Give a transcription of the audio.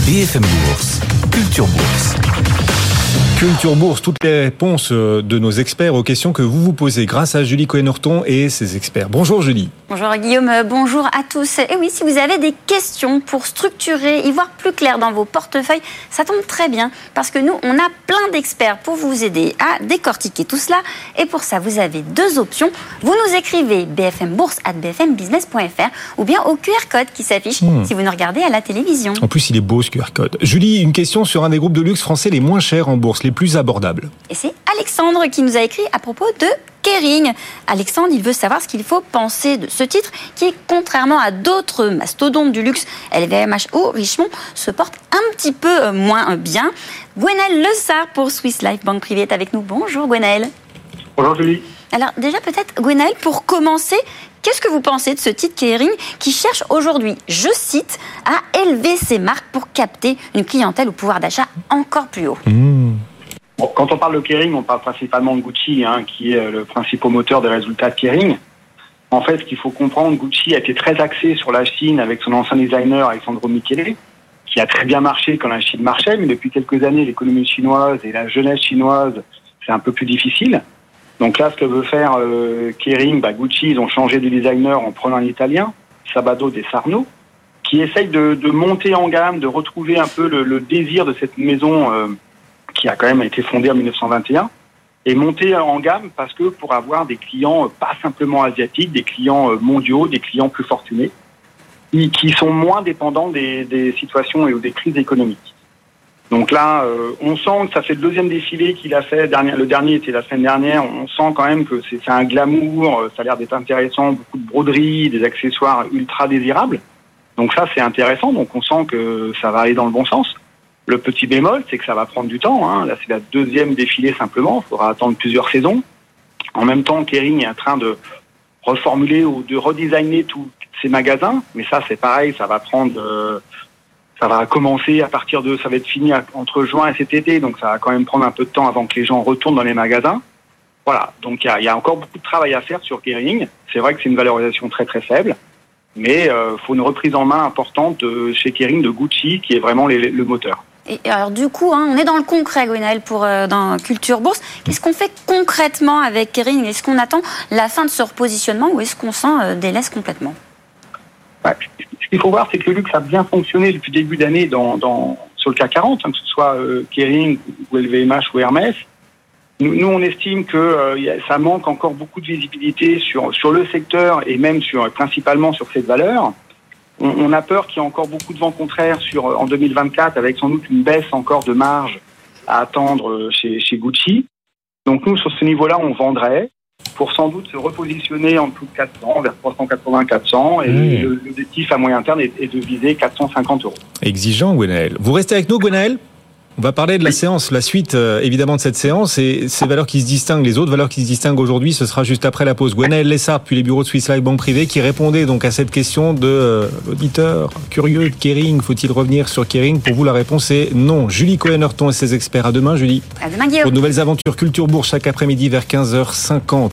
BFM Bourse, Culture Bourse. Culture Bourse, toutes les réponses de nos experts aux questions que vous vous posez grâce à Julie Cohen-Horton et ses experts. Bonjour Julie. Bonjour Guillaume, bonjour à tous. Et oui, si vous avez des questions pour structurer, y voir plus clair dans vos portefeuilles, ça tombe très bien parce que nous, on a plein d'experts pour vous aider à décortiquer tout cela. Et pour ça, vous avez deux options. Vous nous écrivez bfmbourse@bfmbusiness.fr ou bien au QR code qui s'affiche si vous nous regardez à la télévision. En plus, il est beau ce QR code. Julie, une question sur un des groupes de luxe français les moins chers en bourse, les plus abordables. Et c'est Alexandre qui nous a écrit à propos de Kering. Alexandre, il veut savoir ce qu'il faut penser de ce titre qui, contrairement à d'autres mastodontes du luxe, LVMH ou Richemont, se porte un petit peu moins bien. Gwenaël Lessard pour Swiss Life Banque Privée est avec nous. Bonjour Gwenaël. Bonjour Julie. Alors déjà peut-être Gwenaël, pour commencer, qu'est-ce que vous pensez de ce titre Kering qui cherche aujourd'hui, je cite, à élever ses marques pour capter une clientèle au pouvoir d'achat encore plus haut? Bon, quand on parle de Kering, on parle principalement de Gucci, qui est le principal moteur des résultats de Kering. En fait, ce qu'il faut comprendre, Gucci a été très axé sur la Chine avec son ancien designer Alessandro Michele, qui a très bien marché quand la Chine marchait, mais depuis quelques années, l'économie chinoise et la jeunesse chinoise, c'est un peu plus difficile. Donc là, ce que veut faire Kering, Gucci, ils ont changé de designer en prenant un Italien, Sabato De Sarno, qui essaye de monter en gamme, de retrouver un peu le désir de cette maison qui a quand même été fondée en 1921, et monter en gamme parce que pour avoir des clients pas simplement asiatiques, des clients mondiaux, des clients plus fortunés, qui sont moins dépendants des situations et des crises économiques. Donc là, on sent que ça fait le deuxième défilé qu'il a fait. Le dernier était la semaine dernière. On sent quand même que c'est un glamour. Ça a l'air d'être intéressant. Beaucoup de broderies, des accessoires ultra désirables. Donc ça, c'est intéressant. Donc on sent que ça va aller dans le bon sens. Le petit bémol, c'est que ça va prendre du temps. Là, c'est la deuxième défilé simplement. Il faudra attendre plusieurs saisons. En même temps, Kering est en train de reformuler ou de redesigner tous ses magasins. Mais ça, c'est pareil. Ça va prendre... ça va commencer ça va être fini entre juin et cet été, donc ça va quand même prendre un peu de temps avant que les gens retournent dans les magasins. Voilà, donc il y a encore beaucoup de travail à faire sur Kering. C'est vrai que c'est une valorisation très très faible, mais faut une reprise en main importante chez Kering de Gucci, qui est vraiment le moteur. Et alors du coup, on est dans le concret, Gwenaël, dans Culture Bourse. Qu'est-ce qu'on fait concrètement avec Kering? Est-ce qu'on attend la fin de ce repositionnement ou est-ce qu'on s'en délaisse complètement? Ce qu'il faut voir, c'est que le luxe a bien fonctionné depuis le début d'année sur le CAC 40, que ce soit Kering ou LVMH ou Hermès. Nous, on estime que ça manque encore beaucoup de visibilité sur le secteur et même principalement sur cette valeur. On a peur qu'il y ait encore beaucoup de vent contraire en 2024, avec sans doute une baisse encore de marge à attendre chez Gucci. Donc nous, sur ce niveau-là, on vendrait pour sans doute se repositionner en dessous de 400, vers 380-400, et l'objectif à moyen terme est de viser 450 €. Exigeant, Gwenaël. Vous restez avec nous, Gwenaël ? On va parler de la séance, la suite évidemment de cette séance et ces valeurs qui se distinguent, les autres valeurs qui se distinguent aujourd'hui, ce sera juste après la pause. Gwenaël Lessard, puis les bureaux de Swiss Life Banque Privée, qui répondait donc à cette question de l'auditeur curieux de Kering. Faut-il revenir sur Kering? Pour vous, la réponse est non. Julie Cohen-Horton et ses experts. À demain, Julie. À demain, Guillaume. Pour de nouvelles aventures Culture Bourse chaque après-midi vers 15h50.